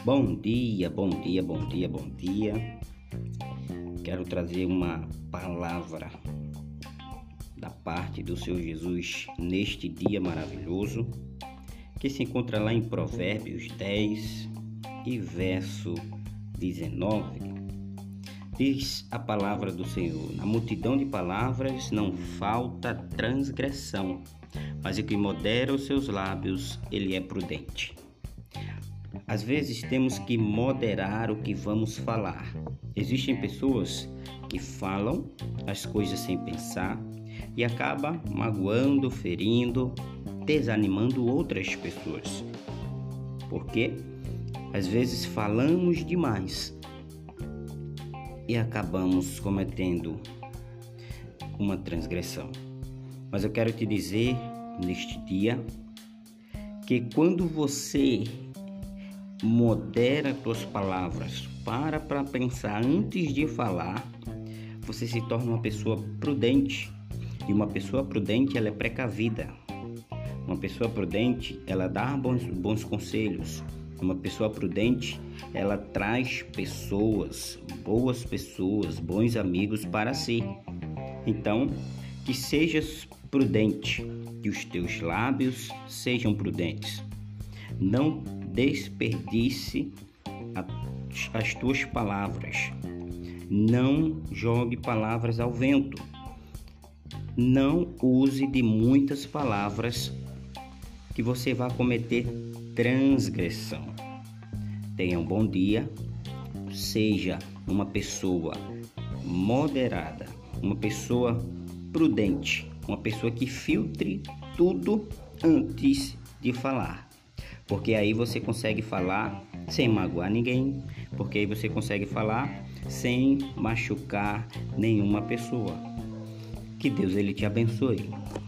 Bom dia, bom dia, bom dia, bom dia. Quero trazer uma palavra da parte do Senhor Jesus neste dia maravilhoso, que se encontra lá em Provérbios 10 e verso 19. Diz a palavra do Senhor: na multidão de palavras não falta transgressão, mas o que modera os seus lábios, ele é prudente. Às vezes temos que moderar o que vamos falar. Existem pessoas que falam as coisas sem pensar e acaba magoando, ferindo, desanimando outras pessoas. Porque às vezes falamos demais e acabamos cometendo uma transgressão. Mas eu quero te dizer neste dia que quando você modera tuas palavras, para pensar antes de falar, você se torna uma pessoa prudente. E uma pessoa prudente, ela é precavida. Uma pessoa prudente, ela dá bons conselhos. Uma pessoa prudente, ela traz boas pessoas, bons amigos para si. Então, que sejas prudente, que os teus lábios sejam prudentes. Não desperdice as tuas palavras. Não jogue palavras ao vento. Não use de muitas palavras que você vai cometer transgressão. Tenha um bom dia. Seja uma pessoa moderada, uma pessoa prudente, uma pessoa que filtre tudo antes de falar. Porque aí você consegue falar sem magoar ninguém, porque aí você consegue falar sem machucar nenhuma pessoa. Que Deus ele te abençoe.